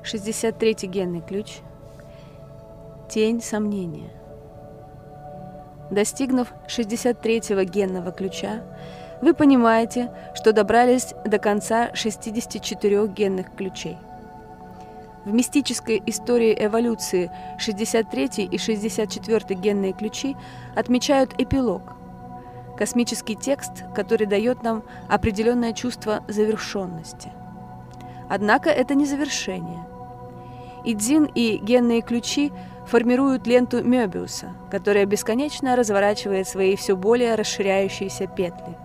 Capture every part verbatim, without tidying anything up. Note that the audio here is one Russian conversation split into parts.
шестьдесят третий генный ключ. Тень сомнения. Достигнув шестьдесят третьего генного ключа, вы понимаете, что добрались до конца шестидесяти четырёх генных ключей. В мистической истории эволюции шестьдесят третий и шестьдесят четвёртый генные ключи отмечают эпилог – космический текст, который дает нам определенное чувство завершенности. Однако это не завершение. Идзин и генные ключи формируют ленту Мёбиуса, которая бесконечно разворачивает свои все более расширяющиеся петли.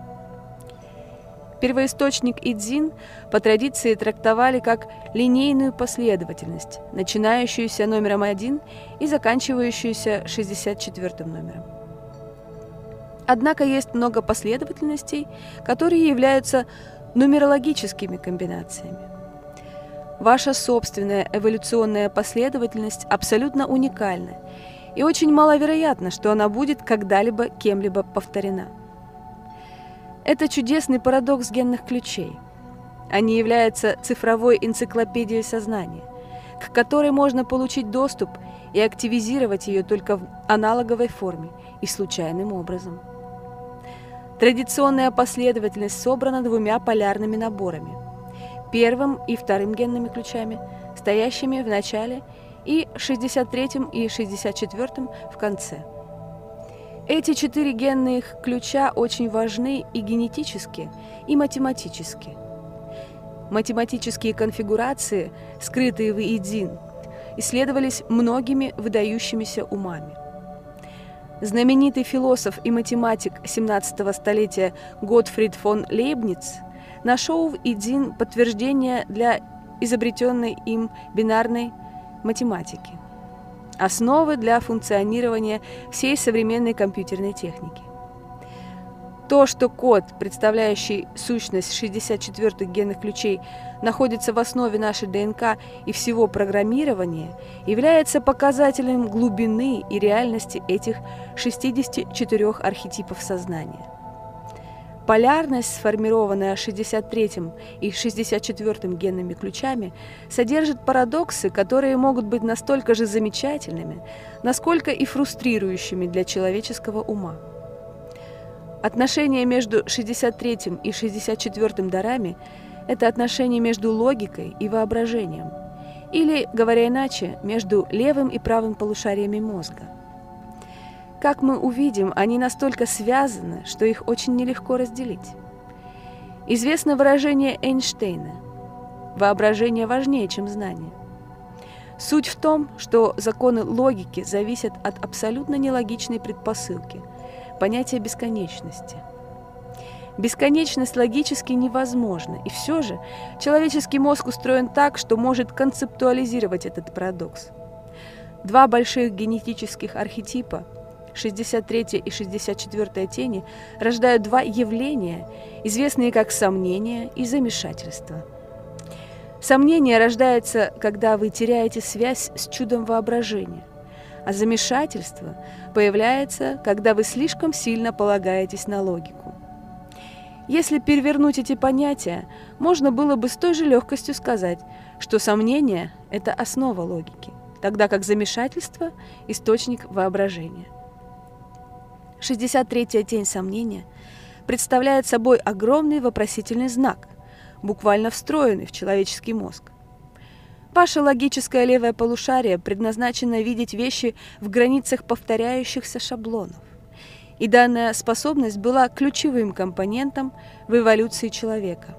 Первоисточник Идзин по традиции трактовали как линейную последовательность, начинающуюся номером один и заканчивающуюся шестьдесят четвёртым номером. Однако есть много последовательностей, которые являются нумерологическими комбинациями. Ваша собственная эволюционная последовательность абсолютно уникальна, и очень маловероятно, что она будет когда-либо кем-либо повторена. Это чудесный парадокс генных ключей. Они являются цифровой энциклопедией сознания, к которой можно получить доступ и активизировать ее только в аналоговой форме и случайным образом. Традиционная последовательность собрана двумя полярными наборами – первым и вторым генными ключами, стоящими в начале, и шестьдесят третьим и шестьдесят четвёртым в конце. Эти четыре генных ключа очень важны и генетически, и математически. Математические конфигурации, скрытые в Идзин, исследовались многими выдающимися умами. Знаменитый философ и математик семнадцатого столетия Готфрид фон Лейбниц нашел в Идзин подтверждение для изобретенной им бинарной математики, основы для функционирования всей современной компьютерной техники. То, что код, представляющий сущность шестьдесят четвёртых генных ключей, находится в основе нашей ДНК и всего программирования, является показателем глубины и реальности этих шестидесяти четырёх архетипов сознания. Полярность, сформированная шестьдесят третьим и шестьдесят четвёртым генными ключами, содержит парадоксы, которые могут быть настолько же замечательными, насколько и фрустрирующими для человеческого ума. Отношение между шестьдесят третьим и шестьдесят четвёртым дарами – это отношение между логикой и воображением, или, говоря иначе, между левым и правым полушариями мозга. Как мы увидим, они настолько связаны, что их очень нелегко разделить. Известно выражение Эйнштейна: «Воображение важнее, чем знание». Суть в том, что законы логики зависят от абсолютно нелогичной предпосылки – понятия бесконечности. Бесконечность логически невозможна, и все же человеческий мозг устроен так, что может концептуализировать этот парадокс. Два больших генетических архетипа – шестьдесят третья и шестьдесят четвёртая тени рождают два явления, известные как сомнение и замешательство. Сомнение рождается, когда вы теряете связь с чудом воображения, а замешательство появляется, когда вы слишком сильно полагаетесь на логику. Если перевернуть эти понятия, можно было бы с той же легкостью сказать, что сомнение – это основа логики, тогда как замешательство – источник воображения. шестьдесят третья тень сомнения представляет собой огромный вопросительный знак, буквально встроенный в человеческий мозг. Ваше логическое левое полушарие предназначено видеть вещи в границах повторяющихся шаблонов, и данная способность была ключевым компонентом в эволюции человека.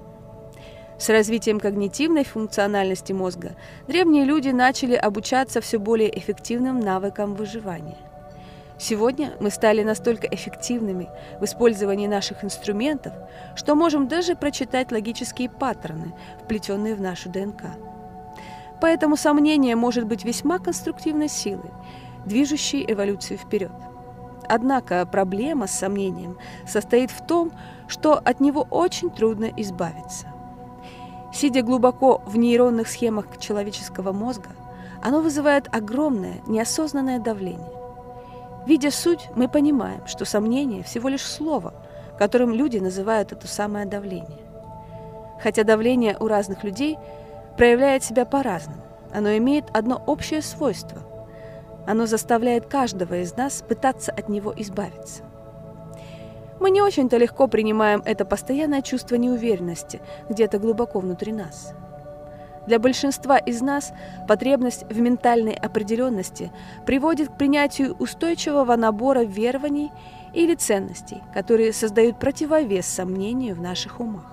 С развитием когнитивной функциональности мозга древние люди начали обучаться все более эффективным навыкам выживания. Сегодня мы стали настолько эффективными в использовании наших инструментов, что можем даже прочитать логические паттерны, вплетенные в нашу ДНК. Поэтому сомнение может быть весьма конструктивной силой, движущей эволюцию вперед. Однако проблема с сомнением состоит в том, что от него очень трудно избавиться. Сидя глубоко в нейронных схемах человеческого мозга, оно вызывает огромное неосознанное давление. Видя суть, мы понимаем, что сомнение – всего лишь слово, которым люди называют это самое давление. Хотя давление у разных людей проявляет себя по-разному. Оно имеет одно общее свойство. Оно заставляет каждого из нас пытаться от него избавиться. Мы не очень-то легко принимаем это постоянное чувство неуверенности где-то глубоко внутри нас. Для большинства из нас потребность в ментальной определенности приводит к принятию устойчивого набора верований или ценностей, которые создают противовес сомнению в наших умах.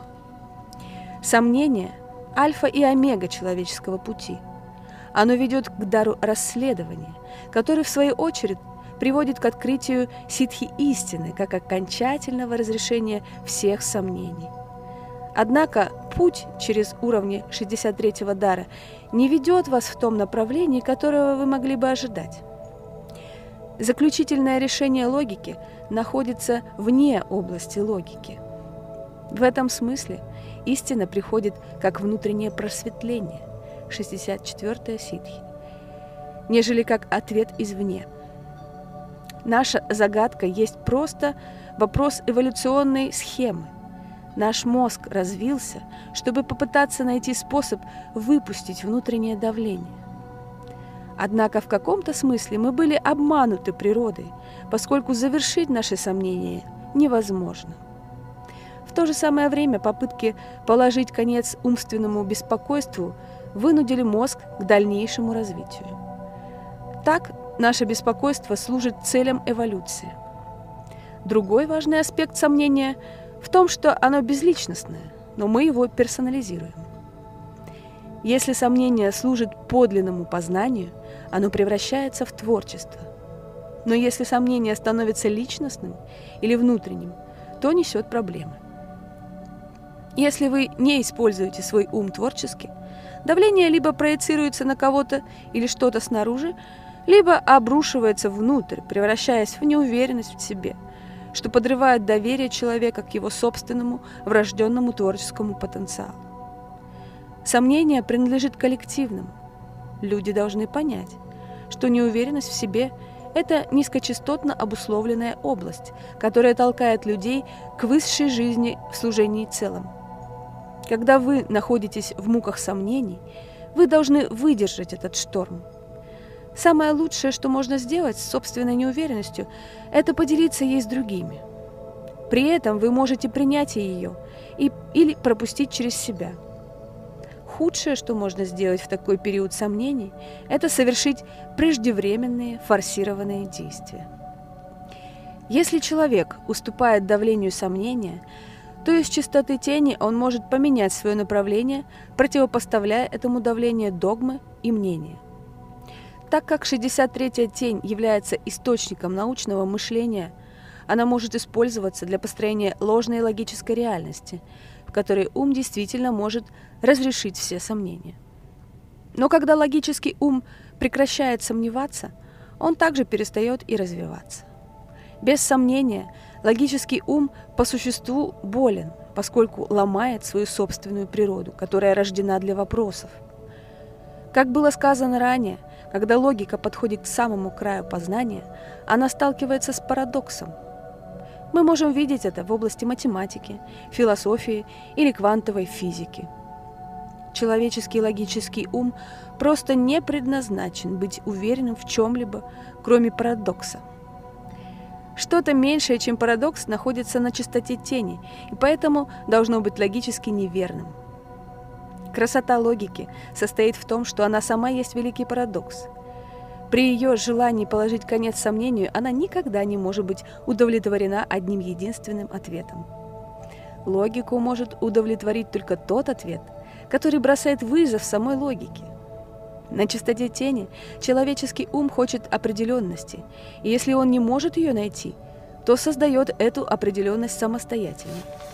Сомнение – альфа и омега человеческого пути. Оно ведет к дару расследования, который, в свою очередь, приводит к открытию ситхи истины, как окончательного разрешения всех сомнений. Однако путь через уровни шестьдесят третьего дара не ведет вас в том направлении, которого вы могли бы ожидать. Заключительное решение логики находится вне области логики. В этом смысле истина приходит как внутреннее просветление, шестьдесят четвёртая ситхи, нежели как ответ извне. Наша загадка есть просто вопрос эволюционной схемы. Наш мозг развился, чтобы попытаться найти способ выпустить внутреннее давление. Однако в каком-то смысле мы были обмануты природой, поскольку завершить наши сомнения невозможно. В то же самое время попытки положить конец умственному беспокойству вынудили мозг к дальнейшему развитию. Так, наше беспокойство служит целям эволюции. Другой важный аспект сомнения в том, что оно безличностное, но мы его персонализируем. Если сомнение служит подлинному познанию, оно превращается в творчество. Но если сомнение становится личностным или внутренним, то несет проблемы. Если вы не используете свой ум творчески, давление либо проецируется на кого-то или что-то снаружи, либо обрушивается внутрь, превращаясь в неуверенность в себе, что подрывает доверие человека к его собственному врожденному творческому потенциалу. Сомнение принадлежит коллективному. Люди должны понять, что неуверенность в себе – это низкочастотно обусловленная область, которая толкает людей к высшей жизни в служении целому. Когда вы находитесь в муках сомнений, вы должны выдержать этот шторм. Самое лучшее, что можно сделать с собственной неуверенностью, это поделиться ей с другими. При этом вы можете принять ее и, или пропустить через себя. Худшее, что можно сделать в такой период сомнений, это совершить преждевременные форсированные действия. Если человек уступает давлению сомнения, то из чистоты тени он может поменять свое направление, противопоставляя этому давлению догмы и мнения. Так как шестьдесят третья тень является источником научного мышления, она может использоваться для построения ложной логической реальности, в которой ум действительно может разрешить все сомнения. Но когда логический ум прекращает сомневаться, он также перестает и развиваться. Без сомнения, логический ум по существу болен, поскольку ломает свою собственную природу, которая рождена для вопросов. Как было сказано ранее, когда логика подходит к самому краю познания, она сталкивается с парадоксом. Мы можем видеть это в области математики, философии или квантовой физики. Человеческий логический ум просто не предназначен быть уверенным в чем-либо, кроме парадокса. Что-то меньшее, чем парадокс, находится на чистоте тени, и поэтому должно быть логически неверным. Красота логики состоит в том, что она сама есть великий парадокс. При ее желании положить конец сомнению, она никогда не может быть удовлетворена одним единственным ответом. Логику может удовлетворить только тот ответ, который бросает вызов самой логике. На чистоте тени человеческий ум хочет определенности, и если он не может ее найти, то создает эту определенность самостоятельно.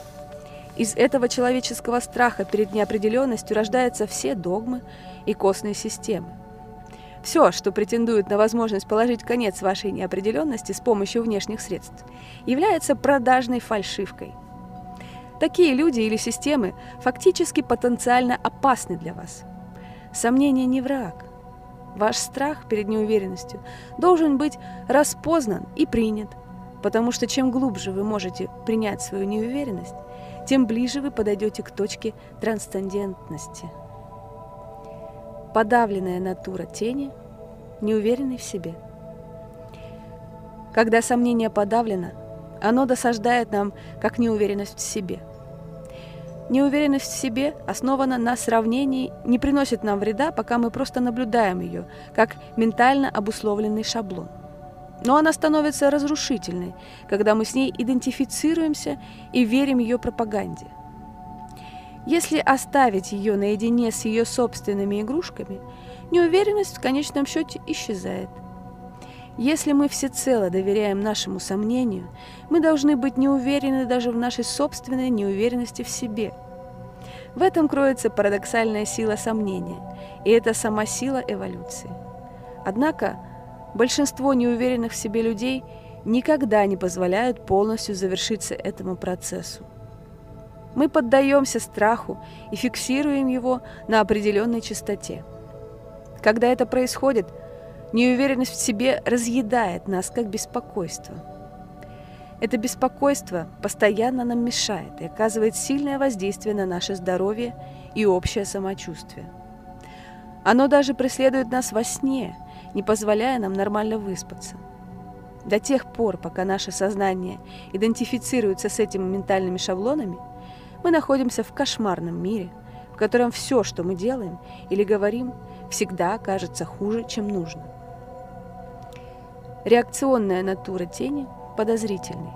Из этого человеческого страха перед неопределенностью рождаются все догмы и костные системы. Все, что претендует на возможность положить конец вашей неопределенности с помощью внешних средств, является продажной фальшивкой. Такие люди или системы фактически потенциально опасны для вас. Сомнение не враг. Ваш страх перед неуверенностью должен быть распознан и принят, потому что чем глубже вы можете принять свою неуверенность, тем ближе вы подойдете к точке трансцендентности. подавленная натура тени, неуверенный в себе. Когда сомнение подавлено, оно досаждает нам, как неуверенность в себе. Неуверенность в себе основана на сравнении, не приносит нам вреда, пока мы просто наблюдаем ее, как ментально обусловленный шаблон. Но она становится разрушительной, когда мы с ней идентифицируемся и верим ее пропаганде. Если оставить ее наедине с ее собственными игрушками, неуверенность в конечном счете исчезает. Если мы всецело доверяем нашему сомнению, мы должны быть неуверены даже в нашей собственной неуверенности в себе. В этом кроется парадоксальная сила сомнения, и это сама сила эволюции. Однако большинство неуверенных в себе людей никогда не позволяют полностью завершиться этому процессу. Мы поддаемся страху и фиксируем его на определенной частоте. Когда это происходит, неуверенность в себе разъедает нас, как беспокойство. Это беспокойство постоянно нам мешает и оказывает сильное воздействие на наше здоровье и общее самочувствие. Оно даже преследует нас во сне, не позволяя нам нормально выспаться. До тех пор, пока наше сознание идентифицируется с этими ментальными шаблонами, мы находимся в кошмарном мире, в котором все, что мы делаем или говорим, всегда кажется хуже, чем нужно. Реакционная натура тени подозрительной.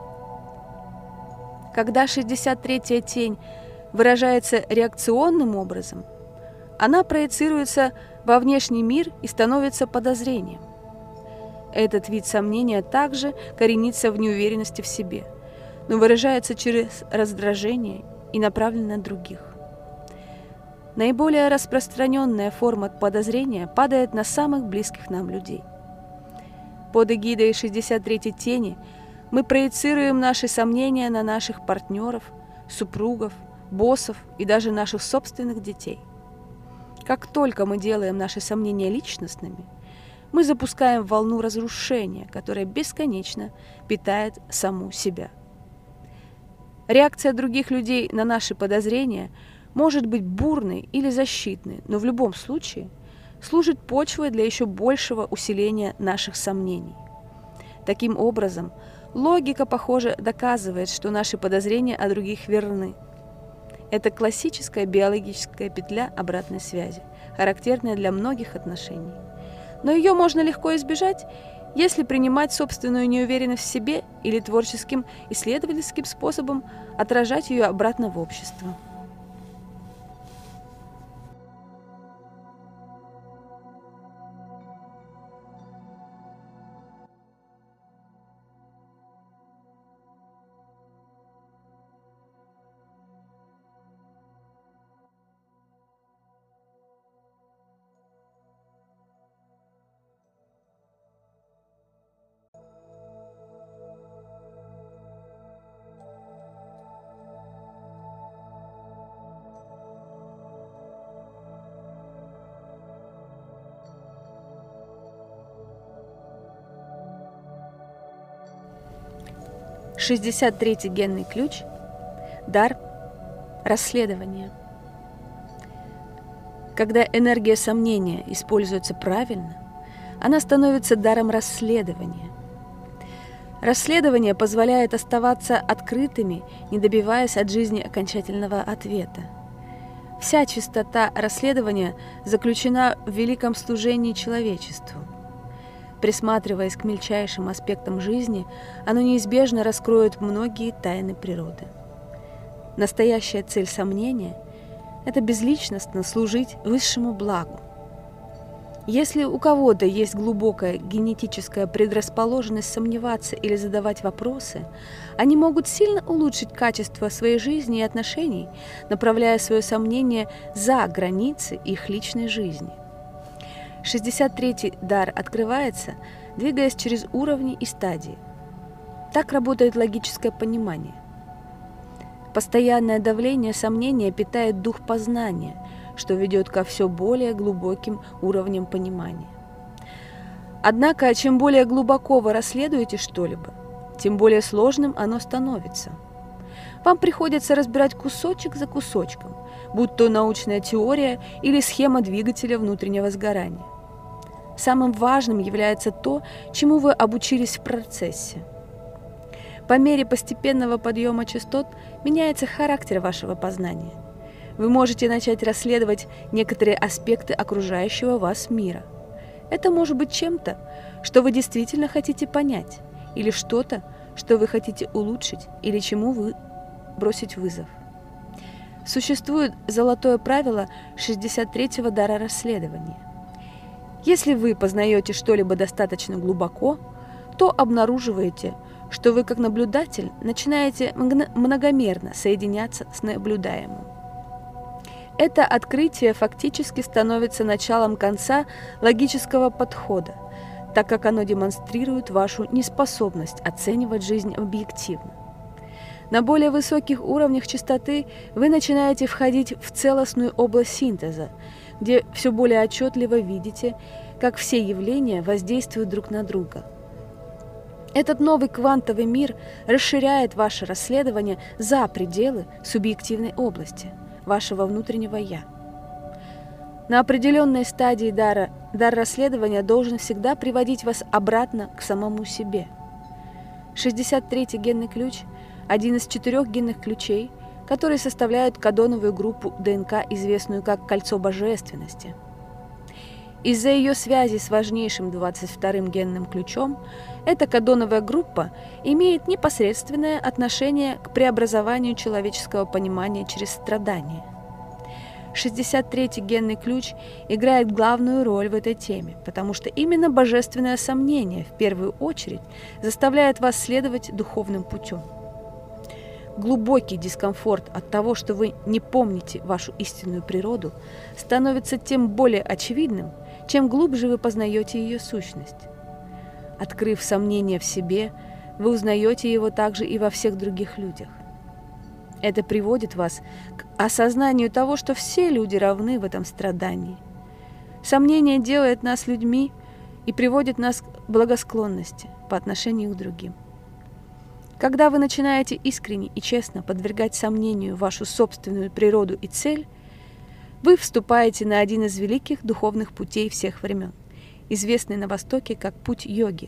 Когда шестьдесят третья тень выражается реакционным образом, она проецируется во внешний мир и становится подозрением. Этот вид сомнения также коренится в неуверенности в себе, но выражается через раздражение и направлен на других. Наиболее распространенная форма подозрения падает на самых близких нам людей. Под эгидой шестьдесят третьей тени мы проецируем наши сомнения на наших партнеров, супругов, боссов и даже наших собственных детей. Как только мы делаем наши сомнения личностными, мы запускаем волну разрушения, которая бесконечно питает саму себя. Реакция других людей на наши подозрения может быть бурной или защитной, но в любом случае служит почвой для еще большего усиления наших сомнений. Таким образом, логика, похоже, доказывает, что наши подозрения о других верны. Это классическая биологическая петля обратной связи, характерная для многих отношений. Но ее можно легко избежать, если принимать собственную неуверенность в себе или творческим исследовательским способом отражать ее обратно в общество. шестьдесят третий генный ключ – дар расследования. Когда энергия сомнения используется правильно, она становится даром расследования. Расследование позволяет оставаться открытыми, не добиваясь от жизни окончательного ответа. Вся чистота расследования заключена в великом служении человечеству. Присматриваясь к мельчайшим аспектам жизни, оно неизбежно раскроет многие тайны природы. Настоящая цель сомнения – это безличностно служить высшему благу. Если у кого-то есть глубокая генетическая предрасположенность сомневаться или задавать вопросы, они могут сильно улучшить качество своей жизни и отношений, направляя свое сомнение за границы их личной жизни. шестьдесят третий дар открывается, двигаясь через уровни и стадии. Так работает логическое понимание. Постоянное давление сомнения питает дух познания, что ведет ко все более глубоким уровням понимания. Однако, чем более глубоко вы расследуете что-либо, тем более сложным оно становится. вам приходится разбирать кусочек за кусочком, будь то научная теория или схема двигателя внутреннего сгорания. Самым важным является то, чему вы обучились в процессе. По мере постепенного подъема частот меняется характер вашего познания. Вы можете начать расследовать некоторые аспекты окружающего вас мира. Это может быть чем-то, что вы действительно хотите понять, или что-то, что вы хотите улучшить, или чему вы бросить вызов. Существует золотое правило шестьдесят третьего дара расследования. Если вы познаете что-либо достаточно глубоко, то обнаруживаете, что вы как наблюдатель начинаете многомерно соединяться с наблюдаемым. Это открытие фактически становится началом конца логического подхода, так как оно демонстрирует вашу неспособность оценивать жизнь объективно. На более высоких уровнях частоты вы начинаете входить в целостную область синтеза, где все более отчетливо видите, как все явления воздействуют друг на друга. Этот новый квантовый мир расширяет ваше расследование за пределы субъективной области, вашего внутреннего «я». На определенной стадии дара дар расследования должен всегда приводить вас обратно к самому себе. шестьдесят третий генный ключ – один из четырех генных ключей, которые составляют кодоновую группу ДНК, известную как «кольцо божественности». Из-за ее связи с важнейшим двадцать вторым генным ключом, эта кодоновая группа имеет непосредственное отношение к преобразованию человеческого понимания через страдания. шестьдесят третий генный ключ играет главную роль в этой теме, потому что именно божественное сомнение в первую очередь заставляет вас следовать духовным путем. Глубокий дискомфорт от того, что вы не помните вашу истинную природу, становится тем более очевидным, чем глубже вы познаете ее сущность. Открыв сомнение в себе, вы узнаете его также и во всех других людях. Это приводит вас к осознанию того, что все люди равны в этом страдании. Сомнение делает нас людьми и приводит нас к благосклонности по отношению к другим. Когда вы начинаете искренне и честно подвергать сомнению вашу собственную природу и цель, вы вступаете на один из великих духовных путей всех времен, известный на Востоке как путь йоги.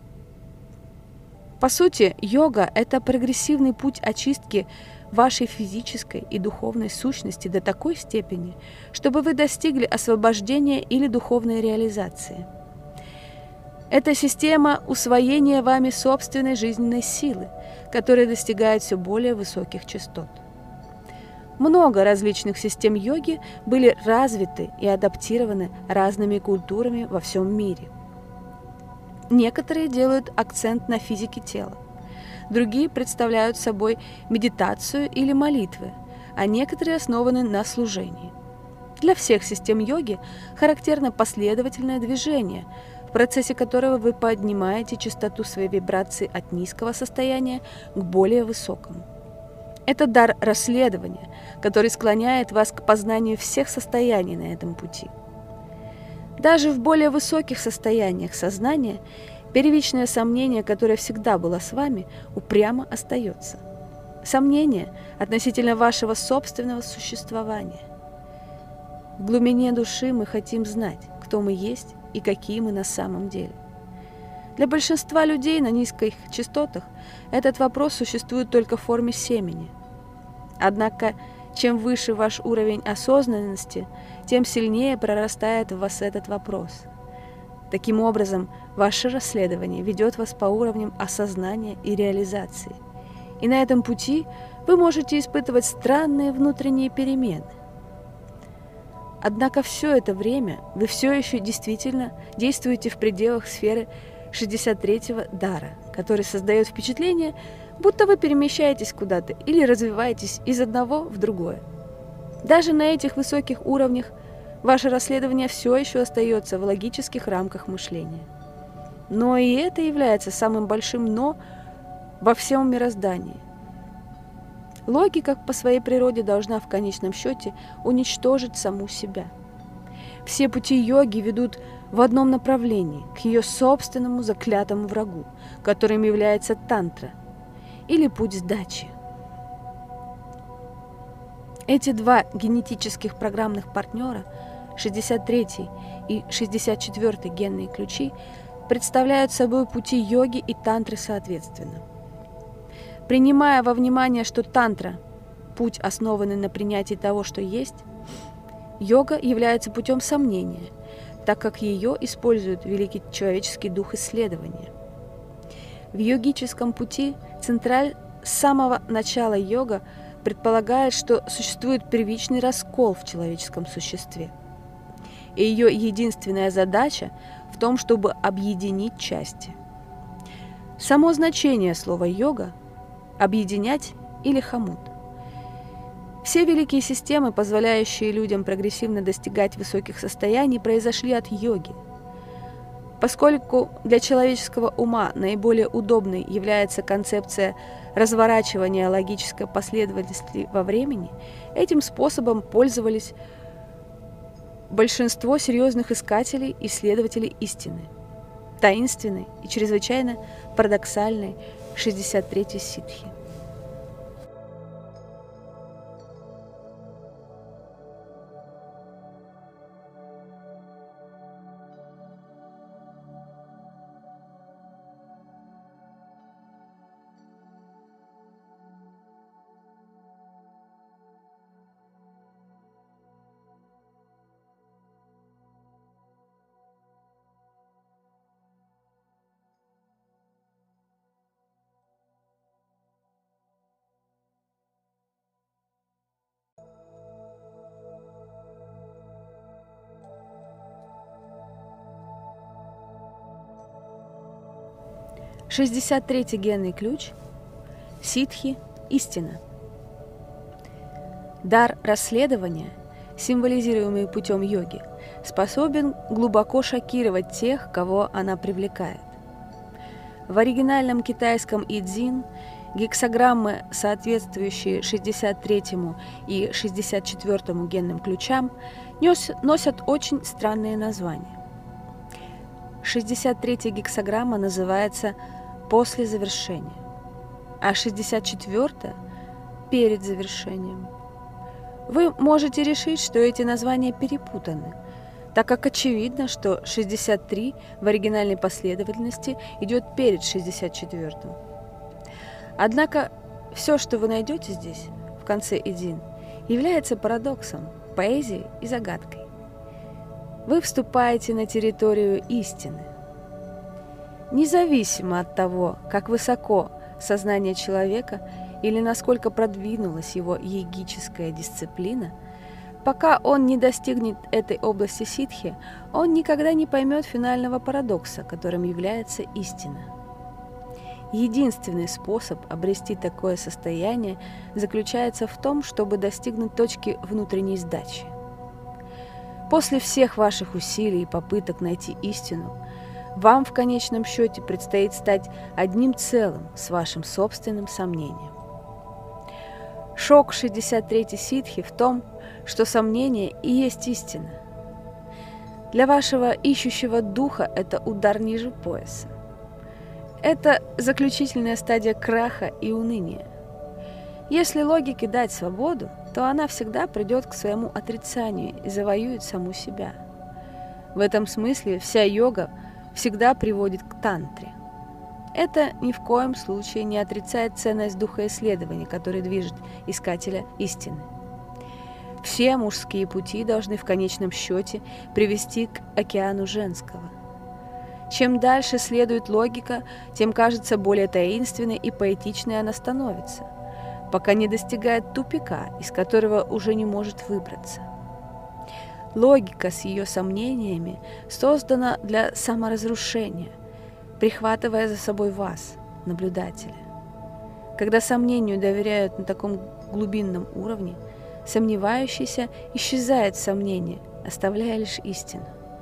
По сути, йога – это прогрессивный путь очистки вашей физической и духовной сущности до такой степени, чтобы вы достигли освобождения или духовной реализации. Это система усвоения вами собственной жизненной силы, которая достигает все более высоких частот. Много различных систем йоги были развиты и адаптированы разными культурами во всем мире. Некоторые делают акцент на физике тела, другие представляют собой медитацию или молитвы, а некоторые основаны на служении. Для всех систем йоги характерно последовательное движение, в процессе которого вы поднимаете частоту своей вибрации от низкого состояния к более высокому. Это дар расследования, который склоняет вас к познанию всех состояний на этом пути. Даже в более высоких состояниях сознания первичное сомнение, которое всегда было с вами, упрямо остается. Сомнение относительно вашего собственного существования. В глубине души мы хотим знать, кто мы есть и какие мы на самом деле. Для большинства людей на низких частотах этот вопрос существует только в форме семени. Однако, чем выше ваш уровень осознанности, тем сильнее прорастает в вас этот вопрос. Таким образом, ваше расследование ведет вас по уровням осознания и реализации. И на этом пути вы можете испытывать странные внутренние перемены. Однако все это время вы все еще действительно действуете в пределах сферы шестьдесят третьего дара, который создает впечатление, будто вы перемещаетесь куда-то или развиваетесь из одного в другое. Даже на этих высоких уровнях ваше расследование все еще остается в логических рамках мышления. Но и это является самым большим «но» во всем мироздании. Логика по своей природе должна в конечном счете уничтожить саму себя. Все пути йоги ведут в одном направлении, к ее собственному заклятому врагу, которым является тантра, или путь сдачи. Эти два генетических программных партнера, шестьдесят третий и шестьдесят четвёртый генные ключи, представляют собой пути йоги и тантры соответственно. Принимая во внимание, что тантра – путь, основанный на принятии того, что есть, йога является путем сомнения, так как ее использует великий человеческий дух исследования. В йогическом пути централь с самого начала йога предполагает, что существует первичный раскол в человеческом существе. И ее единственная задача в том, чтобы объединить части. Само значение слова «йога» – объединять или хамут. Все великие системы, позволяющие людям прогрессивно достигать высоких состояний, произошли от йоги. Поскольку для человеческого ума наиболее удобной является концепция разворачивания логической последовательности во времени, этим способом пользовались большинство серьезных искателей, исследователей истины, таинственной и чрезвычайно парадоксальной шестьдесят третьей ситхи. шестьдесят третий генный ключ – ситхи – истина. Дар расследования, символизируемый путем йоги, способен глубоко шокировать тех, кого она привлекает. В оригинальном китайском идзин гексаграммы, соответствующие шестьдесят третьему и шестьдесят четвёртому генным ключам, носят очень странные названия. шестьдесят третья гексаграмма называется «после завершения», а шестьдесят четвёртая – «перед завершением». Вы можете решить, что эти названия перепутаны, так как очевидно, что шестьдесят три в оригинальной последовательности идет перед шестьдесят четвёртым. Однако все, что вы найдете здесь, в конце идзин, является парадоксом, поэзией и загадкой. Вы вступаете на территорию истины. Независимо от того, как высоко сознание человека или насколько продвинулась его йогическая дисциплина, пока он не достигнет этой области ситхи, он никогда не поймет финального парадокса, которым является истина. Единственный способ обрести такое состояние заключается в том, чтобы достигнуть точки внутренней сдачи. После всех ваших усилий и попыток найти истину, вам в конечном счете предстоит стать одним целым с вашим собственным сомнением. Шок шестьдесят третьей ситхи в том, что сомнение и есть истина. Для вашего ищущего духа это удар ниже пояса. Это заключительная стадия краха и уныния. Если логике дать свободу, то она всегда придет к своему отрицанию и завоюет саму себя. В этом смысле вся йога всегда приводит к тантре. Это ни в коем случае не отрицает ценность духа исследования, который движет искателя истины. Все мужские пути должны в конечном счете привести к океану женского. Чем дальше следует логика, тем кажется более таинственной и поэтичной она становится, пока не достигает тупика, из которого уже не может выбраться. Логика с ее сомнениями создана для саморазрушения, прихватывая за собой вас, наблюдателя. Когда сомнению доверяют на таком глубинном уровне, сомневающийся исчезает в сомнении, оставляя лишь истину.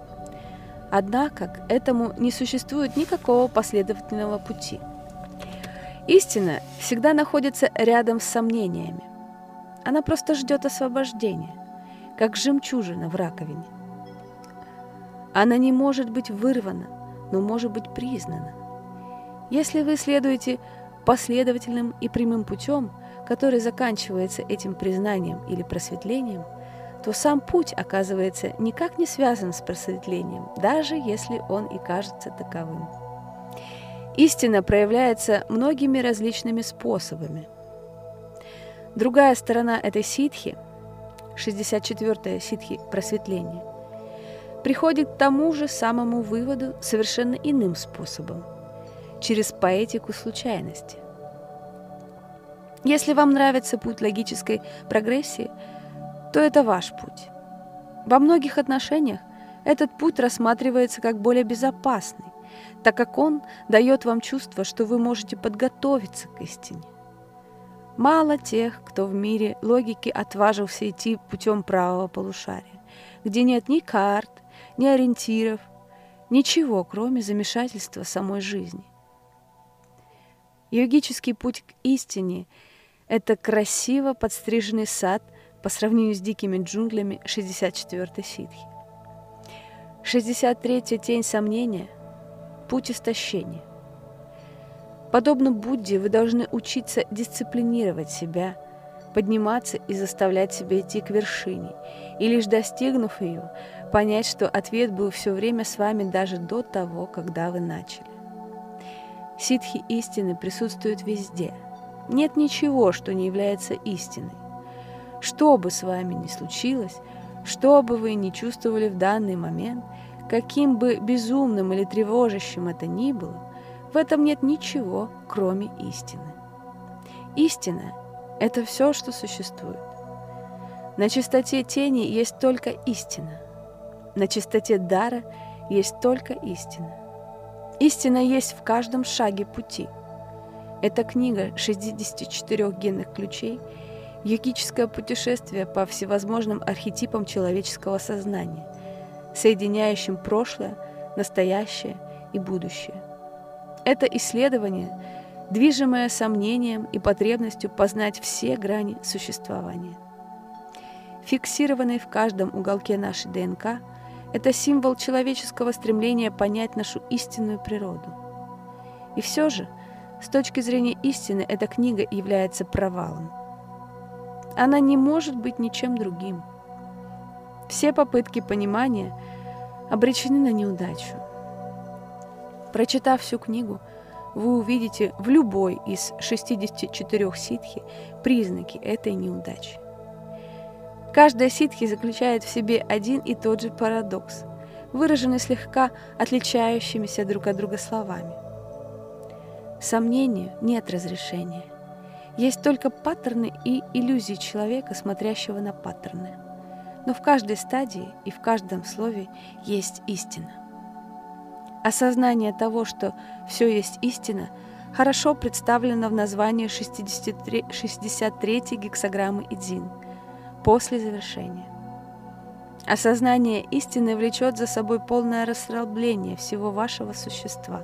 Однако к этому не существует никакого последовательного пути. Истина всегда находится рядом с сомнениями. Она просто ждет освобождения, как жемчужина в раковине. Она не может быть вырвана, но может быть признана. Если вы следуете последовательным и прямым путем, который заканчивается этим признанием или просветлением, то сам путь оказывается никак не связан с просветлением, даже если он и кажется таковым. Истина проявляется многими различными способами. Другая сторона этой ситхи, шестьдесят четвёртая ситхи просветления, приходит к тому же самому выводу совершенно иным способом, через поэтику случайности. Если вам нравится путь логической прогрессии, то это ваш путь. Во многих отношениях этот путь рассматривается как более безопасный, так как он дает вам чувство, что вы можете подготовиться к истине. Мало тех, кто в мире логики отважился идти путем правого полушария, где нет ни карт, ни ориентиров, ничего, кроме замешательства самой жизни. Йогический путь к истине – это красиво подстриженный сад по сравнению с дикими джунглями шестьдесят четвёртой ситхи. шестьдесят третья тень сомнения – путь истощения. Подобно Будде, вы должны учиться дисциплинировать себя, подниматься и заставлять себя идти к вершине, и лишь достигнув ее, понять, что ответ был все время с вами даже до того, когда вы начали. Ситхи истины присутствуют везде. Нет ничего, что не является истиной. Что бы с вами ни случилось, что бы вы ни чувствовали в данный момент, каким бы безумным или тревожащим это ни было, в этом нет ничего, кроме истины. Истина – это все, что существует. На чистоте тени есть только истина. На чистоте дара есть только истина. Истина есть в каждом шаге пути. Эта книга шестьдесят четыре генных ключей – йогическое путешествие по всевозможным архетипам человеческого сознания, соединяющим прошлое, настоящее и будущее. Это исследование, движимое сомнением и потребностью познать все грани существования. Фиксированный в каждом уголке нашей ДНК – это символ человеческого стремления понять нашу истинную природу. И все же, с точки зрения истины, эта книга является провалом. Она не может быть ничем другим. Все попытки понимания обречены на неудачу. Прочитав всю книгу, вы увидите в любой из шестидесяти четырёх ситхи признаки этой неудачи. Каждая ситхи заключает в себе один и тот же парадокс, выраженный слегка отличающимися друг от друга словами. Сомнению нет разрешения. Есть только паттерны и иллюзии человека, смотрящего на паттерны. Но в каждой стадии и в каждом слове есть истина. Осознание того, что все есть истина, хорошо представлено в названии шестьдесят третьей гексаграммы Идзин «После завершения». Осознание истины влечет за собой полное расслабление всего вашего существа.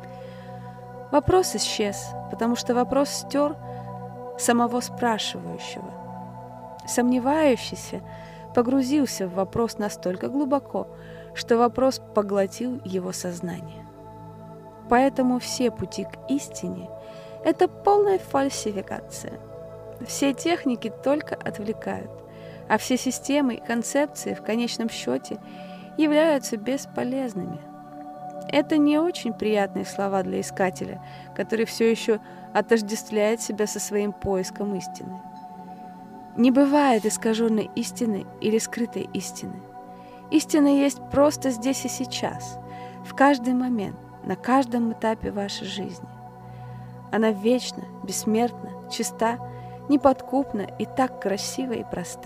Вопрос исчез, потому что вопрос стер самого спрашивающего. Сомневающийся погрузился в вопрос настолько глубоко, что вопрос поглотил его сознание. Поэтому все пути к истине – это полная фальсификация. Все техники только отвлекают, а все системы и концепции в конечном счете являются бесполезными. Это не очень приятные слова для искателя, который все еще отождествляет себя со своим поиском истины. Не бывает искаженной истины или скрытой истины. Истина есть просто здесь и сейчас, в каждый момент, на каждом этапе вашей жизни. Она вечна, бессмертна, чиста, неподкупна и так красива и проста.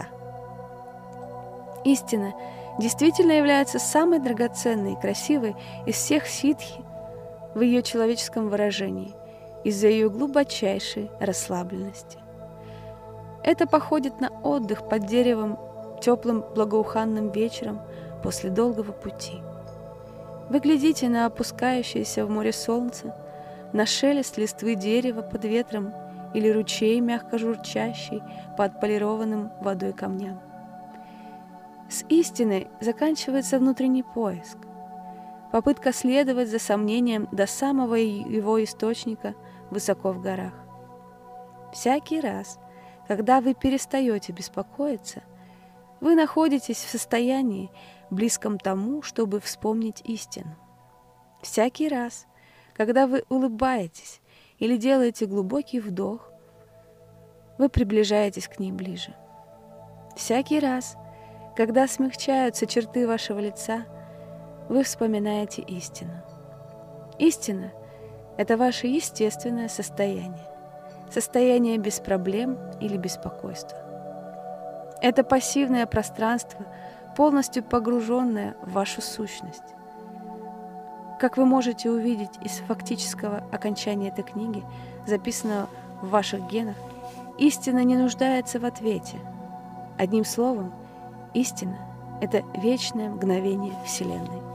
Истина действительно является самой драгоценной и красивой из всех ситхи в ее человеческом выражении, из-за ее глубочайшей расслабленности. Это походит на отдых под деревом теплым благоуханным вечером после долгого пути. Вы глядите на опускающееся в море солнце, на шелест листвы дерева под ветром или ручей, мягко журчащий по отполированным водой камням. С истиной заканчивается внутренний поиск, попытка следовать за сомнением до самого его источника высоко в горах. Всякий раз, Когда вы перестаете беспокоиться, вы находитесь в состоянии, близком тому, чтобы вспомнить истину. Всякий раз, когда вы улыбаетесь или делаете глубокий вдох, вы приближаетесь к ней ближе. Всякий раз, когда смягчаются черты вашего лица, вы вспоминаете истину. Истина — это ваше естественное состояние, состояние без проблем или беспокойства. Это пассивное пространство, полностью погруженное в вашу сущность. Как вы можете увидеть из фактического окончания этой книги, записанного в ваших генах, истина не нуждается в ответе. Одним словом, истина — это вечное мгновение Вселенной.